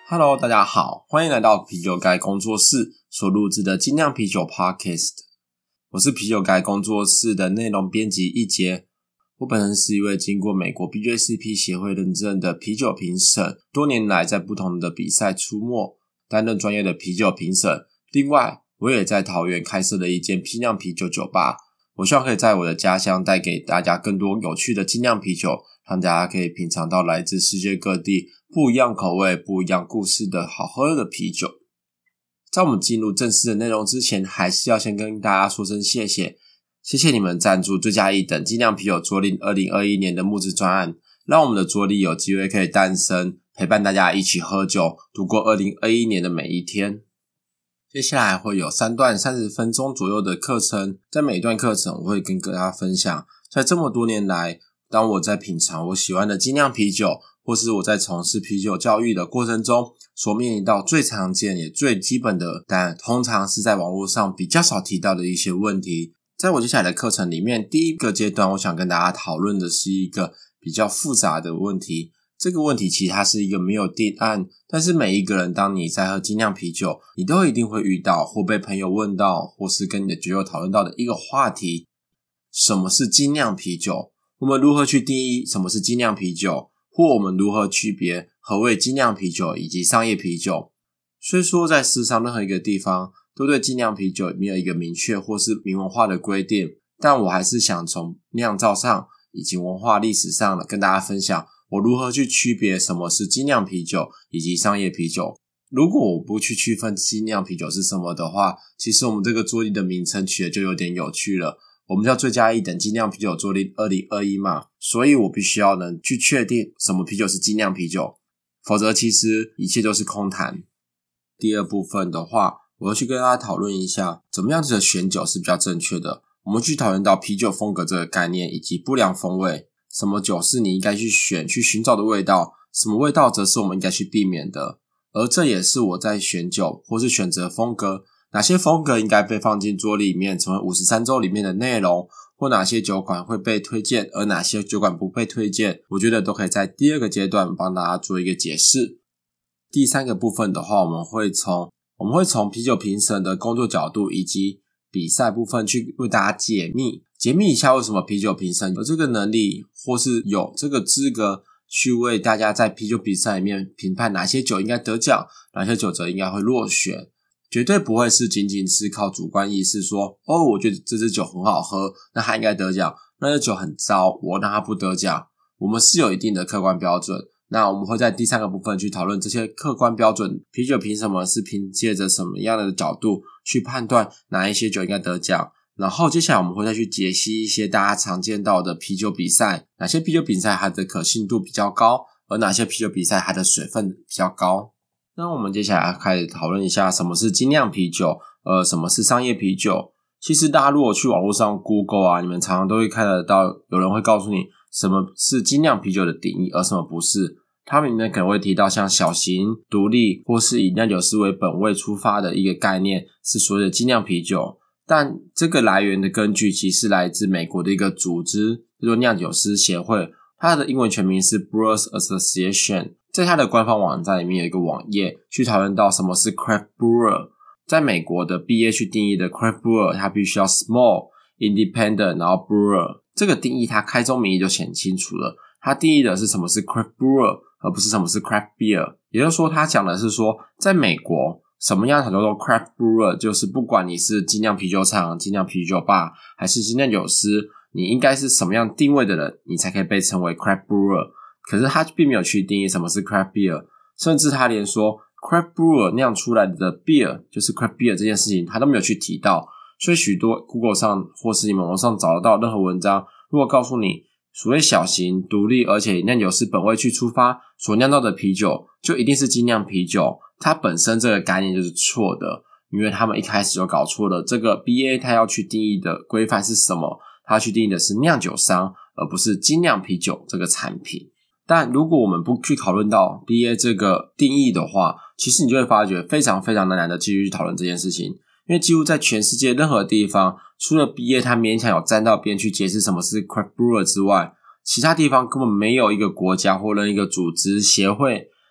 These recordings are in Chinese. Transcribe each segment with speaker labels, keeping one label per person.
Speaker 1: Hello， 大家好，欢迎来到啤酒盖工作室所录制的精酿啤酒 Podcast。我是啤酒盖工作室的内容编辑一杰。我本身是一位经过美国 BJCP 协会认证的啤酒评审，多年来在不同的比赛出没，担任专业的啤酒评审。另外，我也在桃园开设了一间精酿啤酒酒吧。我希望可以在我的家乡带给大家更多有趣的精酿啤酒，让大家可以品尝到来自世界各地不一样口味、不一样故事的好喝的啤酒。在我们进入正式的内容之前，还是要先跟大家说声谢谢。谢谢你们赞助最佳一等精酿啤酒桌历2021年的募资专案，让我们的桌历有机会可以诞生，陪伴大家一起喝酒，度过2021年的每一天。接下来会有3段30分钟左右的课程，在每一段课程我会跟大家分享，在这么多年来，当我在品尝我喜欢的精酿啤酒，或是我在从事啤酒教育的过程中所面临到最常见也最基本的，但通常是在网络上比较少提到的一些问题。在我接下来的课程里面，第一个阶段我想跟大家讨论的是一个比较复杂的问题。这个问题其实它是一个没有定案，但是每一个人当你在喝精酿啤酒，你都一定会遇到或被朋友问到，或是跟你的酒友讨论到的一个话题：什么是精酿啤酒？我们如何去定义什么是精酿啤酒？或我们如何区别何谓精酿啤酒以及商业啤酒？虽说在世上任何一个地方都对精酿啤酒没有一个明确或是明文化的规定，但我还是想从酿造上以及文化历史上跟大家分享我如何去区别什么是精酿啤酒以及商业啤酒。如果我不去区分精酿啤酒是什么的话，其实我们这个桌历的名称取得就有点有趣了。我们叫最佳一等精酿啤酒桌历2021嘛，所以我必须要能去确定什么啤酒是精酿啤酒，否则其实一切都是空谈。第二部分的话，我要去跟大家讨论一下怎么样子的选酒是比较正确的。我们去讨论到啤酒风格这个概念以及不良风味，什么酒是你应该去选去寻找的味道，什么味道则是我们应该去避免的。而这也是我在选酒或是选择风格，哪些风格应该被放进桌历里面成为53周里面的内容，或哪些酒馆会被推荐，而哪些酒馆不被推荐，我觉得都可以在第二个阶段帮大家做一个解释。第三个部分的话，我们会从啤酒评审的工作角度以及比赛部分去为大家解密一下为什么啤酒评审有这个能力或是有这个资格去为大家在啤酒比赛里面评判哪些酒应该得奖，哪些酒则应该会落选。绝对不会是仅仅是靠主观意识说我觉得这支酒很好喝，那它应该得奖，那支酒很糟，我让它不得奖。我们是有一定的客观标准，那我们会在第三个部分去讨论这些客观标准，啤酒凭什么是凭借着什么样的角度去判断哪一些酒应该得奖。然后接下来我们会再去解析一些大家常见到的啤酒比赛，哪些啤酒比赛它的可信度比较高，而哪些啤酒比赛它的水分比较高。那我们接下来开始讨论一下什么是精酿啤酒，什么是商业啤酒。其实大家如果去网络上 Google 啊，你们常常都会看得到有人会告诉你什么是精酿啤酒的定义，而什么不是。他们里面可能会提到像小型、独立或是以酿酒师为本位出发的一个概念，是所谓的精酿啤酒。但这个来源的根据其实来自美国的一个组织，叫做酿酒师协会，它的英文全名是 Brewers Association。在它的官方网站里面有一个网页去讨论到什么是 craft brewer。在美国的 BA 去定义的 craft brewer， 它必须要 small independent 然后 brewer， 这个定义它开宗明义就写很清楚了，它定义的是什么是 craft brewer， 而不是什么是 craft beer。 也就是说它讲的是说在美国什么样才叫做 craft brewer， 就是不管你是精酿啤酒厂、精酿啤酒吧还是精酿酒师，你应该是什么样定位的人，你才可以被称为 craft brewer。可是他并没有去定义什么是 craft beer， 甚至他连说 craft brewer 酿出来的 beer 就是 craft beer 这件事情他都没有去提到。所以许多 Google 上或是你们网上找得到任何文章，如果告诉你所谓小型、独立而且以酿酒师本位去出发所酿造的啤酒就一定是精酿啤酒，它本身这个概念就是错的，因为他们一开始就搞错了。这个 BA 它要去定义的规范是什么，它要去定义的是酿酒商，而不是精酿啤酒这个产品。但如果我们不去讨论到 BA 这个定义的话，其实你就会发觉非常非常难的继续去讨论这件事情。因为几乎在全世界任何地方，除了 BA 它勉强有站到边去解释什么是 craft brewer 之外，其他地方根本没有一个国家或任一个组织协会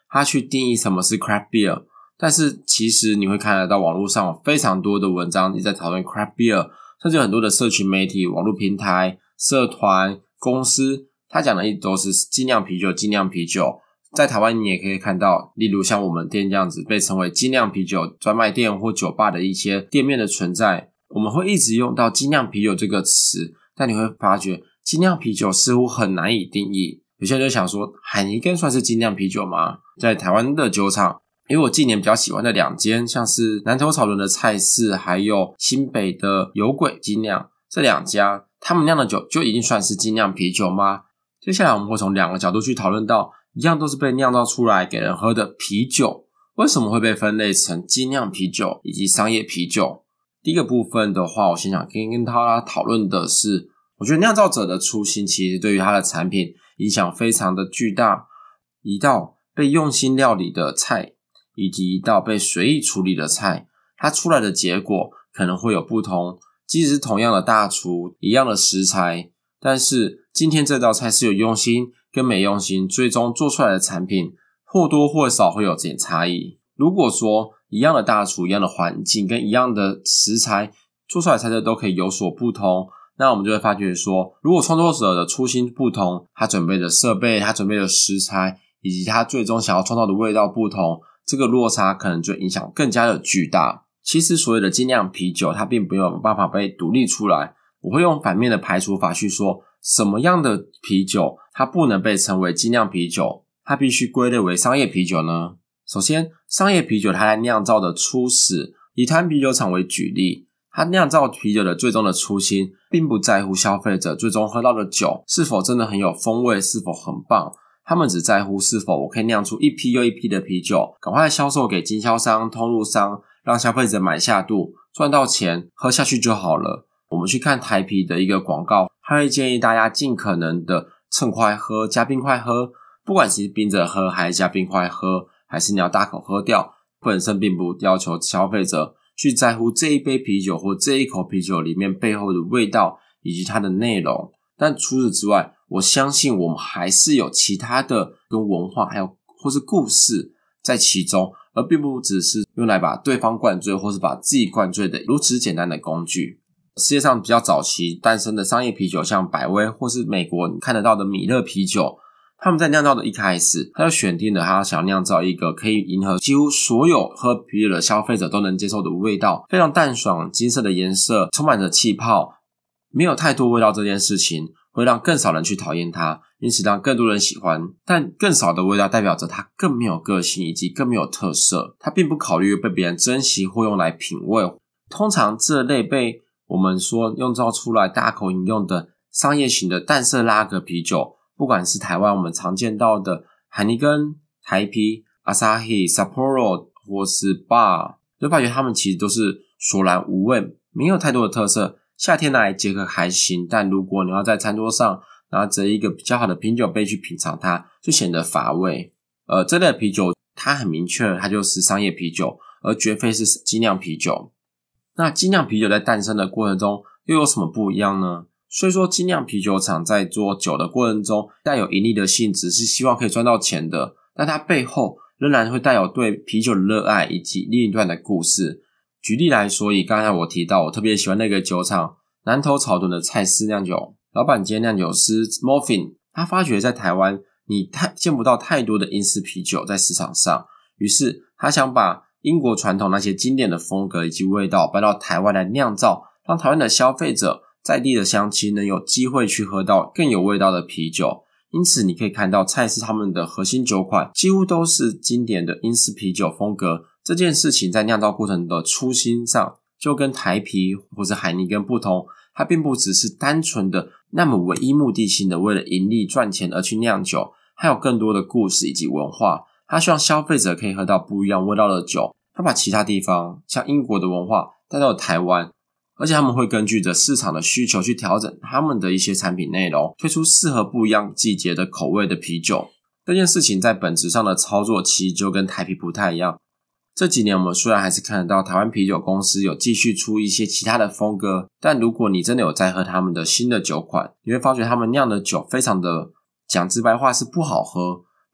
Speaker 1: 他去定义什么是 craft beer， 但是其实你会看得到网络上有非常多的文章一直在讨论 craft beer， 甚至有很多的社群媒体、网络平台、社团、公司，他讲的一直都是精酿啤酒，精酿啤酒。在台湾你也可以看到，例如像我们店这样子被称为精酿啤酒专卖店或酒吧的一些店面的存在，我们会一直用到精酿啤酒这个词，但你会发觉精酿啤酒似乎很难以定义。有些人就想说，海尼根算是精酿啤酒吗？在台湾的酒厂，因为我近年比较喜欢的2间，像是南投草屯的菜市，还有新北的有轨精酿，这2家他们酿的酒就已经算是精酿啤酒吗？接下来我们会从2个角度去讨论到，一样都是被酿造出来给人喝的啤酒，为什么会被分类成精酿啤酒以及商业啤酒？第一个部分的话，我先想跟大家讨论的是，我觉得酿造者的初心其实对于他的产品影响非常的巨大。一道被用心料理的菜，以及一道被随意处理的菜，它出来的结果可能会有不同，即使是同样的大厨，一样的食材，但是今天这道菜是有用心跟没用心，最终做出来的产品或多或少会有这点差异。如果说一样的大厨、一样的环境跟一样的食材做出来的菜色都可以有所不同，那我们就会发觉说，如果创作者的初心不同，他准备的设备、他准备的食材以及他最终想要创造的味道不同，这个落差可能就影响更加的巨大。其实所谓的精酿啤酒它并没有办法被独立出来，我会用反面的排除法去说，什么样的啤酒它不能被称为精酿啤酒，它必须归类为商业啤酒呢？首先，商业啤酒它在酿造的初始，以台湾啤酒厂为举例，它酿造啤酒的最终的初心并不在乎消费者最终喝到的酒是否真的很有风味，是否很棒，他们只在乎是否我可以酿出一批又一批的啤酒，赶快销售给经销商、通路商，让消费者买下肚，赚到钱喝下去就好了。我们去看台啤的一个广告，他会建议大家尽可能的趁快喝，加冰块喝，不管是冰着喝还是加冰块喝，还是你要大口喝掉，本身并不要求消费者去在乎这一杯啤酒或这一口啤酒里面背后的味道以及它的内容。但除此之外，我相信我们还是有其他的跟文化还有或是故事在其中，而并不只是用来把对方灌醉或是把自己灌醉的如此简单的工具。世界上比较早期诞生的商业啤酒，像百威或是美国你看得到的米勒啤酒，他们在酿造的一开始，他就选定了他想要酿造一个可以迎合几乎所有喝啤酒的消费者都能接受的味道，非常淡爽，金色的颜色，充满着气泡，没有太多味道，这件事情会让更少人去讨厌它，因此让更多人喜欢。但更少的味道代表着它更没有个性以及更没有特色，它并不考虑被别人珍惜或用来品味。通常这类被我们说用造出来大口饮用的商业型的淡色拉格啤酒，不管是台湾我们常见到的海尼根、台啤、Asahi、Sapporo 或是 Bar， 就发觉他们其实都是索然无味，没有太多的特色。夏天拿来解渴还行，但如果你要在餐桌上拿着一个比较好的品酒杯去品尝它，就显得乏味。这类的啤酒它很明确，它就是商业啤酒，而绝非是精酿啤酒。那精酿啤酒在诞生的过程中又有什么不一样呢？虽说精酿啤酒厂在做酒的过程中带有盈利的性质，是希望可以赚到钱的，但它背后仍然会带有对啤酒的热爱以及另一段的故事。举例来说，以刚才我提到我特别喜欢那个酒厂南投草屯的蔡司酿酒，老板兼酿酒师 Morfin， 他发觉在台湾你见不到太多的英式啤酒在市场上，于是他想把英国传统那些经典的风格以及味道搬到台湾来酿造，让台湾的消费者在地的乡亲能有机会去喝到更有味道的啤酒。因此你可以看到蔡司他们的核心酒款几乎都是经典的英式啤酒风格，这件事情在酿造过程的初心上就跟台啤或是海尼根不同，它并不只是单纯的那么唯一目的性的为了盈利赚钱而去酿酒，还有更多的故事以及文化。他希望消费者可以喝到不一样味道的酒，他把其他地方像英国的文化带到台湾，而且他们会根据着市场的需求去调整他们的一些产品内容，推出适合不一样季节的口味的啤酒。这件事情在本质上的操作其实就跟台啤不太一样。这几年我们虽然还是看得到台湾啤酒公司有继续出一些其他的风格，但如果你真的有在喝他们的新的酒款，你会发觉他们酿的酒非常的讲直白话是不好喝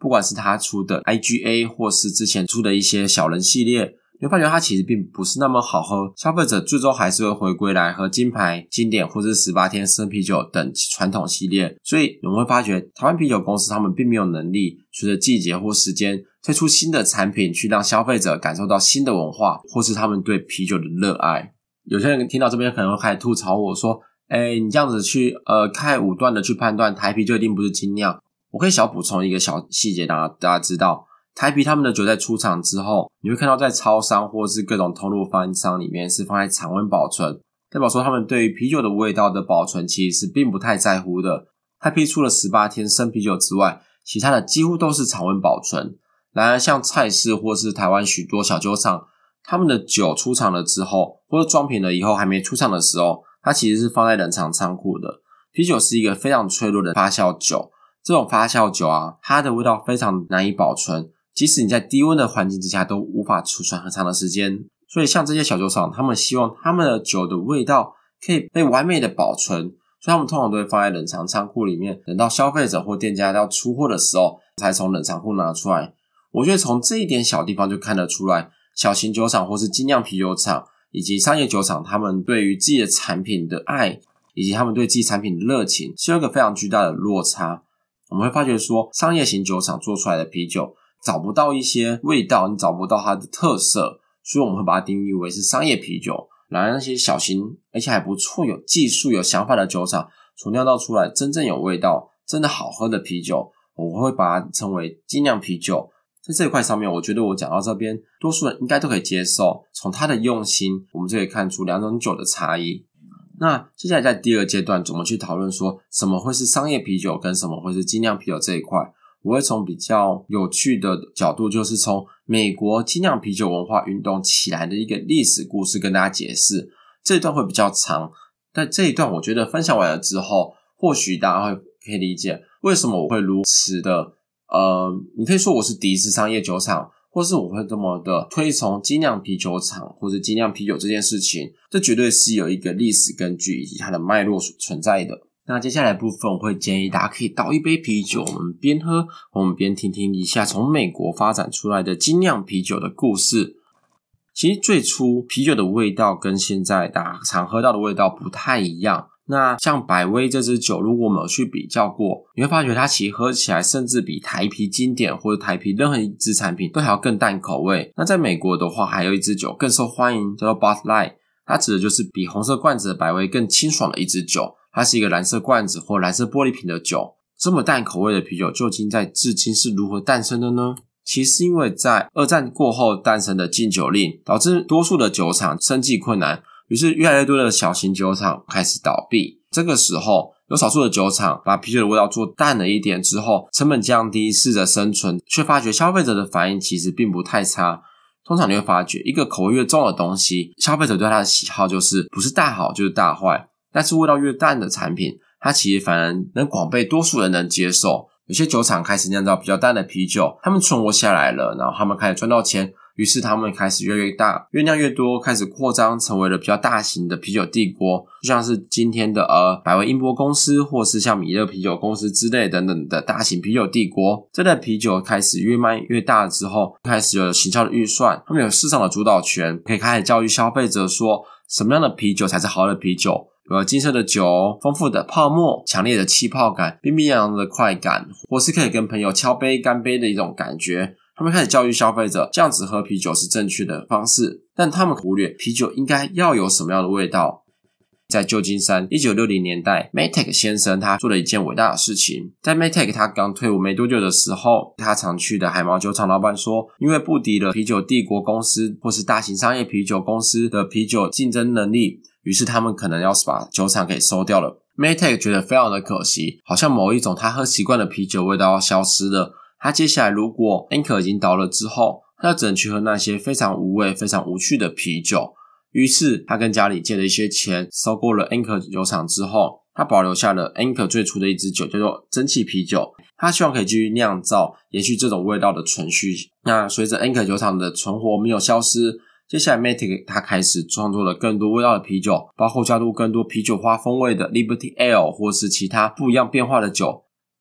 Speaker 1: 不管是他出的 IGA 或是之前出的一些小人系列，你会发觉它其实并不是那么好喝，消费者最终还是会回归来喝金牌、经典或是18天生啤酒等传统系列。所以我们会发觉台湾啤酒公司他们并没有能力随着季节或时间推出新的产品，去让消费者感受到新的文化或是他们对啤酒的热爱。有些人听到这边可能会开始吐槽我说你这样子去太武断的去判断台啤就一定不是精酿。我可以小补充一个小细节让大家知道，台啤他们的酒在出厂之后，你会看到在超商或是各种通路贩商里面是放在常温保存，代表说他们对于啤酒的味道的保存其实是并不太在乎的。台啤除了18天生啤酒之外，其他的几乎都是常温保存。然而像菜市或是台湾许多小酒厂，他们的酒出厂了之后，或者装瓶了以后还没出厂的时候，它其实是放在冷藏仓库的。啤酒是一个非常脆弱的发酵酒，这种发酵酒啊，它的味道非常难以保存，即使你在低温的环境之下都无法储存很长的时间。所以像这些小酒厂，他们希望他们的酒的味道可以被完美的保存，所以他们通常都会放在冷藏仓库里面，等到消费者或店家要出货的时候才从冷藏库拿出来。我觉得从这一点小地方就看得出来，小型酒厂或是精酿啤酒厂以及商业酒厂，他们对于自己的产品的爱以及他们对自己产品的热情是有一个非常巨大的落差。我们会发觉说，商业型酒厂做出来的啤酒找不到一些味道，你找不到它的特色，所以我们会把它定义为是商业啤酒。然而那些小型而且还不错、有技术、有想法的酒厂所酿造出来真正有味道、真的好喝的啤酒，我会把它称为精酿啤酒。在这一块上面，我觉得我讲到这边，多数人应该都可以接受。从他的用心，我们就可以看出两种酒的差异。那接下来在第二阶段，怎么去讨论说什么会是商业啤酒跟什么会是精酿啤酒这一块，我会从比较有趣的角度，就是从美国精酿啤酒文化运动起来的一个历史故事跟大家解释。这一段会比较长，但这一段我觉得分享完了之后，或许大家会可以理解为什么我会如此的你可以说我是敌视商业酒厂，或是我会这么的推崇精酿啤酒厂或者精酿啤酒这件事情，这绝对是有一个历史根据以及它的脉络所存在的。那接下来的部分我会建议大家可以倒一杯啤酒，我们边喝我们边听听一下从美国发展出来的精酿啤酒的故事。其实最初啤酒的味道跟现在大家常喝到的味道不太一样。那像百威这支酒，如果我们有去比较过，你会发觉它其实喝起来甚至比台啤经典或者台啤任何一支产品都还要更淡口味。那在美国的话，还有一支酒更受欢迎，叫做 Bud Light， 它指的就是比红色罐子的百威更清爽的一支酒。它是一个蓝色罐子或蓝色玻璃瓶的酒。这么淡口味的啤酒究竟在至今是如何诞生的呢？其实因为在二战过后诞生的禁酒令，导致多数的酒厂生计困难，于是越来越多的小型酒厂开始倒闭。这个时候有少数的酒厂把啤酒的味道做淡了一点之后，成本降低，试着生存，却发觉消费者的反应其实并不太差。通常你会发觉一个口味越重的东西，消费者对它的喜好就是不是大好就是大坏，但是味道越淡的产品，它其实反而能广被多数人能接受。有些酒厂开始酿造比较淡的啤酒，他们存活下来了，然后他们开始赚到钱，于是他们开始越来越大，越酿越多，开始扩张，成为了比较大型的啤酒帝国，就像是今天的百威英波公司，或是像米勒啤酒公司之类等等的大型啤酒帝国。这类啤酒开始越卖越大之后，开始有行销的预算，他们有市场的主导权，可以开始教育消费者说什么样的啤酒才是好的啤酒。有金色的酒，丰富的泡沫，强烈的气泡感，冰冰凉凉的快感，或是可以跟朋友敲杯干杯的一种感觉。他们开始教育消费者这样子喝啤酒是正确的方式，但他们忽略啤酒应该要有什么样的味道。在旧金山1960年代 Maytag 先生他做了一件伟大的事情。在 Maytag 他刚退伍没多久的时候，他常去的海毛酒厂老板说，因为不敌了啤酒帝国公司或是大型商业啤酒公司的啤酒竞争能力，于是他们可能要把酒厂给收掉了。Maytag 觉得非常的可惜，好像某一种他喝习惯的啤酒味道要消失了。他接下来如果 Anchor 已经倒了之后，他只能去喝那些非常无味非常无趣的啤酒。于是他跟家里借了一些钱，收购了 Anchor 酒厂之后，他保留下了 Anchor 最初的一支酒，叫做蒸汽啤酒。他希望可以继续酿造，延续这种味道的存续。那随着 Anchor 酒厂的存活没有消失，接下来 Maytag 他开始创作了更多味道的啤酒，包括加入更多啤酒花风味的 Liberty Ale 或是其他不一样变化的酒。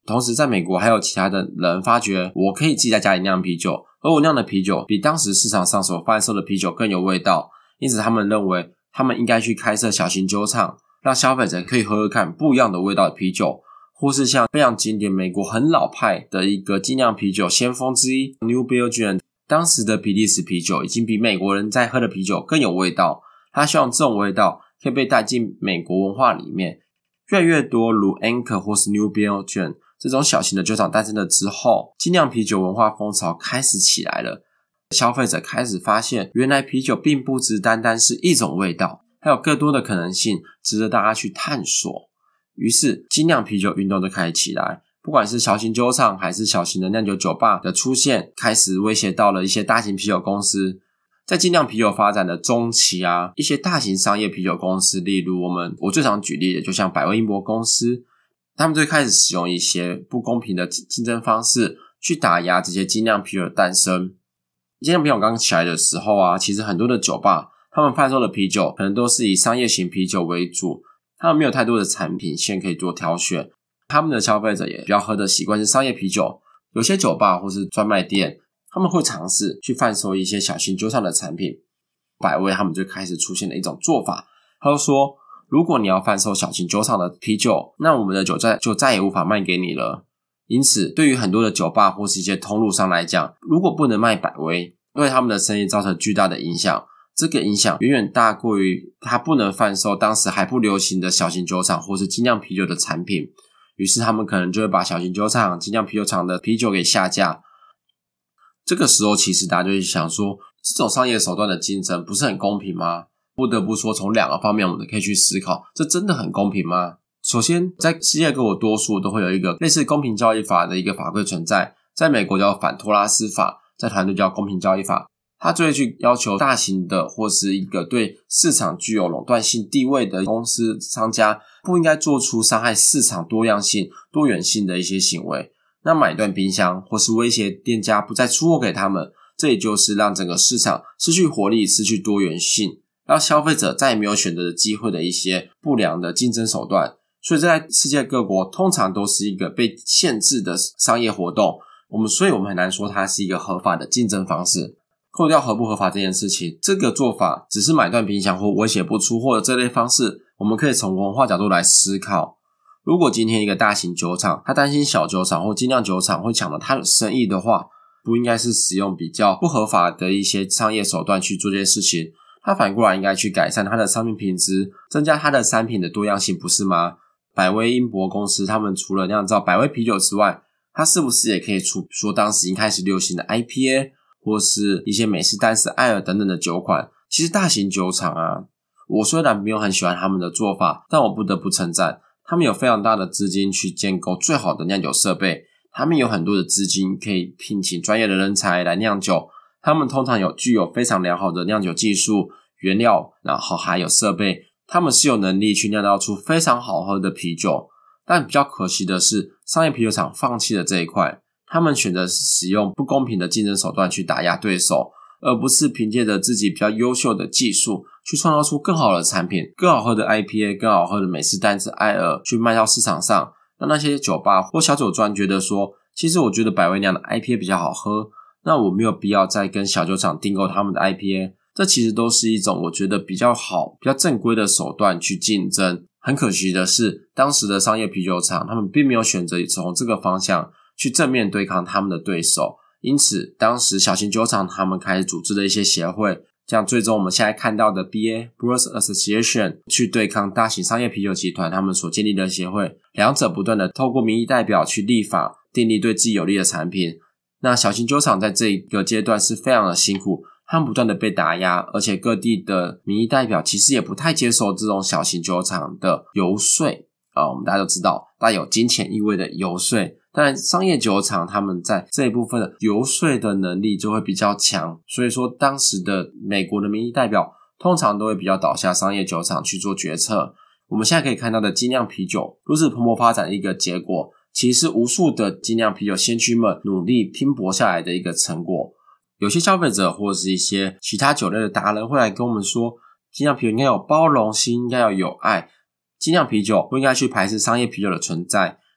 Speaker 1: 同时在美国还有其他的人发觉我可以自己在家里酿啤酒，而我酿的啤酒比当时市场上所贩售的啤酒更有味道，因此他们认为他们应该去开设小型酒厂，让消费者可以喝喝看不一样的味道的啤酒，或是像非常经典美国很老派的一个精酿啤酒先锋之一 New Belgium， 当时的比利时啤酒已经比美国人在喝的啤酒更有味道，他希望这种味道可以被带进美国文化里面。越来越多如 Anchor 或是 New Belgium 这种小型的酒厂诞生了之后，精酿啤酒文化风潮开始起来了，消费者开始发现原来啤酒并不只单单是一种味道，还有更多的可能性值得大家去探索。于是精酿啤酒运动就开始起来，不管是小型酒厂还是小型的酿酒酒吧的出现，开始威胁到了一些大型啤酒公司。在精酿啤酒发展的中期啊，一些大型商业啤酒公司，例如我最常举例的就像百威英博公司，他们就开始使用一些不公平的竞争方式去打压这些精酿啤酒的诞生。精酿啤酒刚起来的时候啊，其实很多的酒吧他们贩售的啤酒可能都是以商业型啤酒为主，他们没有太多的产品线可以做挑选，他们的消费者也比较喝的习惯是商业啤酒。有些酒吧或是专卖店他们会尝试去贩售一些小型酒厂的产品，百威他们就开始出现了一种做法，他就说如果你要贩售小型酒厂的啤酒，那我们的酒就再也无法卖给你了。因此对于很多的酒吧或是一些通路商来讲，如果不能卖百威，对他们的生意造成巨大的影响，这个影响远远大过于他不能贩售当时还不流行的小型酒厂或是精酿啤酒的产品，于是他们可能就会把小型酒厂、精酿啤酒厂的啤酒给下架。这个时候其实大家就会想说，这种商业手段的竞争不是很公平吗？不得不说从两个方面我们可以去思考，这真的很公平吗？首先在世界各国多数都会有一个类似公平交易法的一个法规存在，在美国叫反托拉斯法，在台湾就叫公平交易法，它就会去要求大型的或是一个对市场具有垄断性地位的公司商家不应该做出伤害市场多样性多元性的一些行为，那买断冰箱或是威胁店家不再出货给他们，这也就是让整个市场失去活力失去多元性，让消费者再也没有选择的机会的一些不良的竞争手段。所以在世界各国通常都是一个被限制的商业活动，所以我们很难说它是一个合法的竞争方式。扣掉合不合法这件事情，这个做法只是买断冰箱或威胁不出货的这类方式，我们可以从文化角度来思考。如果今天一个大型酒厂他担心小酒厂或精酿酒厂会抢了他的生意的话，不应该是使用比较不合法的一些商业手段去做这些事情，他反过来应该去改善他的商品品质，增加他的产品的多样性，不是吗？百威英博公司他们除了酿造百威啤酒之外，他是不是也可以说当时已经开始流行的 IPA 或是一些美式丹斯艾尔等等的酒款？其实大型酒厂啊，我虽然没有很喜欢他们的做法，但我不得不称赞他们有非常大的资金去建构最好的酿酒设备，他们有很多的资金可以聘请专业的人才来酿酒，他们通常具有非常良好的酿酒技术、原料，然后还有设备，他们是有能力去酿造出非常好喝的啤酒。但比较可惜的是，商业啤酒厂放弃了这一块，他们选择使用不公平的竞争手段去打压对手，而不是凭借着自己比较优秀的技术去创造出更好的产品，更好喝的 IPA， 更好喝的美式丹斯艾尔去卖到市场上，让那些酒吧或小酒庄觉得说，其实我觉得百威酿的 IPA 比较好喝，那我没有必要再跟小酒厂订购他们的 IPA， 这其实都是一种我觉得比较好比较正规的手段去竞争。很可惜的是，当时的商业啤酒厂他们并没有选择从这个方向去正面对抗他们的对手，因此当时小型酒厂他们开始组织了一些协会，像最终我们现在看到的 BA Brewers Association 去对抗大型商业啤酒集团他们所建立的协会，两者不断的透过民意代表去立法订立对自己有利的产品。那小型酒厂在这个阶段是非常的辛苦，他们不断的被打压，而且各地的民意代表其实也不太接受这种小型酒厂的游说我们大家都知道带有金钱意味的游说，当然商业酒厂他们在这一部分的游说的能力就会比较强，所以说当时的美国的民意代表通常都会比较倒下商业酒厂去做决策。我们现在可以看到的精酿啤酒如此蓬勃发展的一个结果，其实是无数的精酿啤酒先驱们努力拼搏下来的一个成果。有些消费者或者是一些其他酒类的达人会来跟我们说，精酿啤酒应该有包容心，应该要有爱，精酿啤酒不应该去排斥商业啤酒的存在。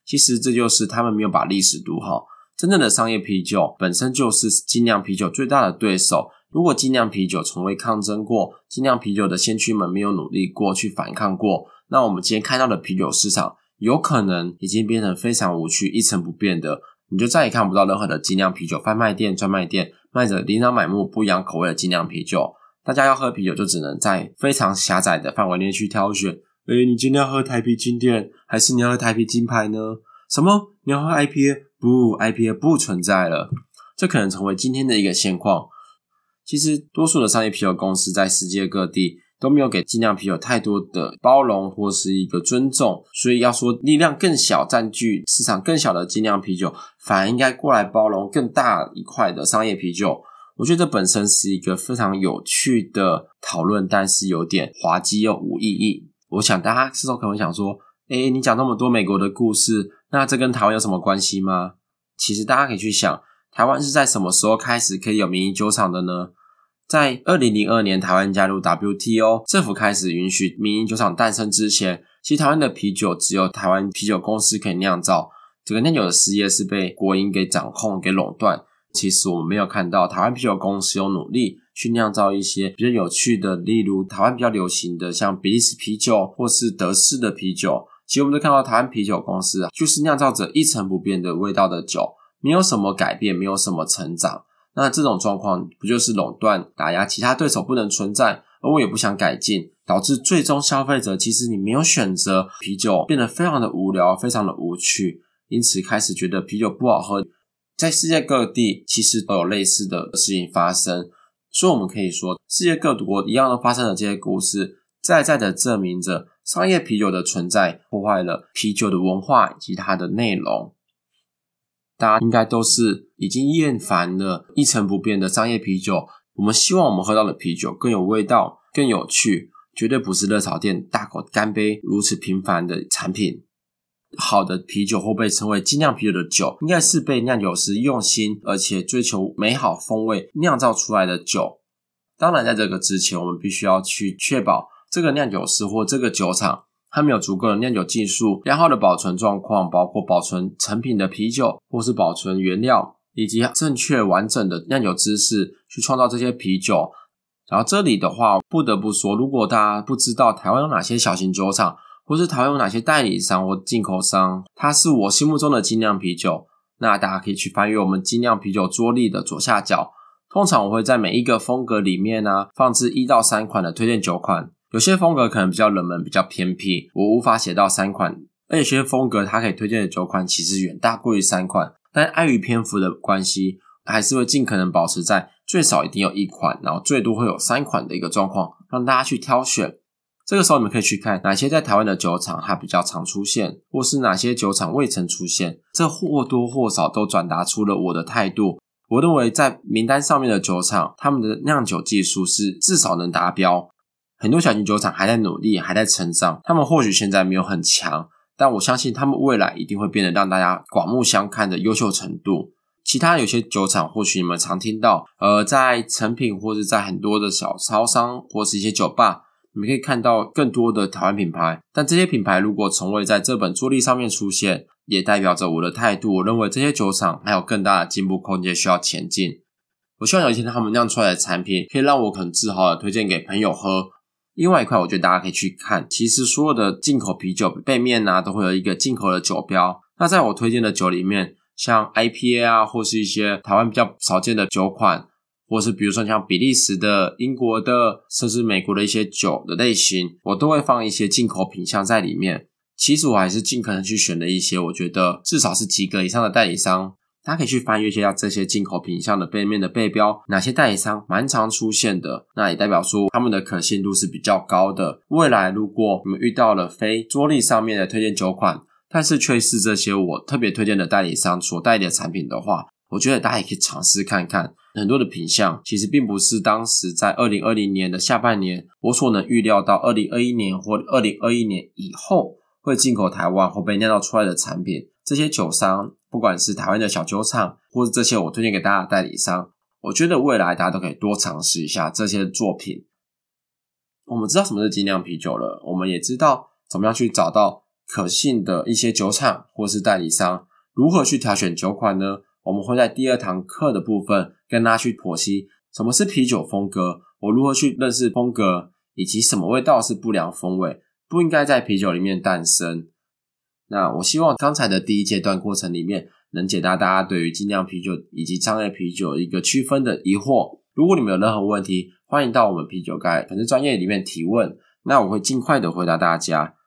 Speaker 1: 其实这就是他们没有把历史读好。真正的商业啤酒本身就是精酿啤酒最大的对手，如果精酿啤酒从未抗争过，精酿啤酒的先驱们没有努力过去反抗过，那我们今天看到的啤酒市场有可能已经变成非常无趣一成不变的，你就再也看不到任何的精酿啤酒贩卖店专卖店卖着琳琅满目不一样口味的精酿啤酒，大家要喝啤酒就只能在非常狭窄的范围内去挑选。你今天要喝台啤经典还是你要喝台啤金牌呢？什么？你要喝 IPA？ 不， IPA 不存在了，这可能成为今天的一个现况。其实多数的商业啤酒公司在世界各地都没有给精酿啤酒太多的包容或是一个尊重，所以要说力量更小占据市场更小的精酿啤酒反而应该过来包容更大一块的商业啤酒，我觉得这本身是一个非常有趣的讨论，但是有点滑稽又无意义。我想大家事后可能会想说，你讲那么多美国的故事，那这跟台湾有什么关系吗？其实大家可以去想，台湾是在什么时候开始可以有民营酒厂的呢？在2002年台湾加入 WTO， 政府开始允许民营酒厂诞生之前，其实台湾的啤酒只有台湾啤酒公司可以酿造，这个酿酒的事业是被国营给掌控给垄断。其实我们没有看到台湾啤酒公司有努力去酿造一些比较有趣的，例如台湾比较流行的像比利时啤酒或是德式的啤酒，其实我们都看到台湾啤酒公司就是酿造着一成不变的味道的酒，没有什么改变，没有什么成长。那这种状况不就是垄断打压其他对手不能存在，而我也不想改进，导致最终消费者其实你没有选择，啤酒变得非常的无聊，非常的无趣，因此开始觉得啤酒不好喝。在世界各地其实都有类似的事情发生，所以我们可以说世界各国一样都发生了这些故事，再再的证明着商业啤酒的存在破坏了啤酒的文化以及它的内容。大家应该都是已经厌烦了一成不变的商业啤酒，我们希望我们喝到的啤酒更有味道，更有趣，绝对不是热炒店大口干杯如此平凡的产品。好的啤酒或被称为精酿啤酒的酒，应该是被酿酒师用心而且追求美好风味酿造出来的酒。当然在这个之前，我们必须要去确保这个酿酒师或这个酒厂他们有足够的酿酒技术，良好的保存状况，包括保存成品的啤酒或是保存原料，以及正确完整的酿酒知识去创造这些啤酒。然后这里的话不得不说，如果大家不知道台湾有哪些小型酒厂，或是台湾有哪些代理商或进口商它是我心目中的精酿啤酒，那大家可以去翻阅我们精酿啤酒桌历的左下角，通常我会在每一个风格里面放置1到3款的推荐酒款，有些风格可能比较冷门比较偏僻，我无法写到3款，而有些风格它可以推荐的酒款其实远大过于3款，但碍于篇幅的关系，还是会尽可能保持在最少一定有1款，然后最多会有3款的一个状况，让大家去挑选。这个时候你们可以去看哪些在台湾的酒厂它比较常出现，或是哪些酒厂未曾出现，这或多或少都转达出了我的态度。我认为在名单上面的酒厂，他们的酿酒技术是至少能达标，很多小型酒厂还在努力还在成长，他们或许现在没有很强，但我相信他们未来一定会变得让大家刮目相看的优秀程度。其他有些酒厂或许你们常听到在成品或是在很多的小超商或是一些酒吧，你们可以看到更多的台湾品牌，但这些品牌如果从未在这本桌历上面出现，也代表着我的态度，我认为这些酒厂还有更大的进步空间需要前进。我希望有一天他们酿出来的产品可以让我很自豪的推荐给朋友喝。另外一块我觉得大家可以去看，其实所有的进口啤酒背面都会有一个进口的酒标，那在我推荐的酒里面，像 IPA 或是一些台湾比较少见的酒款，或是比如说像比利时的、英国的甚至美国的一些酒的类型，我都会放一些进口品项在里面。其实我还是尽可能去选了一些我觉得至少是及格以上的代理商，大家可以去翻阅一下这些进口品项的背面的背标，哪些代理商蛮常出现的，那也代表说他们的可信度是比较高的。未来如果你们遇到了非桌历上面的推荐酒款，但是却是这些我特别推荐的代理商所代理的产品的话，我觉得大家也可以尝试看看。很多的品项其实并不是当时在2020年的下半年我所能预料到2021年或2021年以后会进口台湾或被酿造出来的产品。这些酒商不管是台湾的小酒厂，或是这些我推荐给大家的代理商，我觉得未来大家都可以多尝试一下这些作品。我们知道什么是精酿啤酒了，我们也知道怎么样去找到可信的一些酒厂或是代理商。如何去挑选酒款呢？我们会在第2堂课的部分跟大家去剖析什么是啤酒风格，我如何去认识风格，以及什么味道是不良风味，不应该在啤酒里面诞生。那我希望刚才的第一阶段过程里面能解答大家对于精酿啤酒以及商业啤酒一个区分的疑惑。如果你们有任何问题，欢迎到我们啤酒盖粉丝专页里面提问，那我会尽快的回答大家。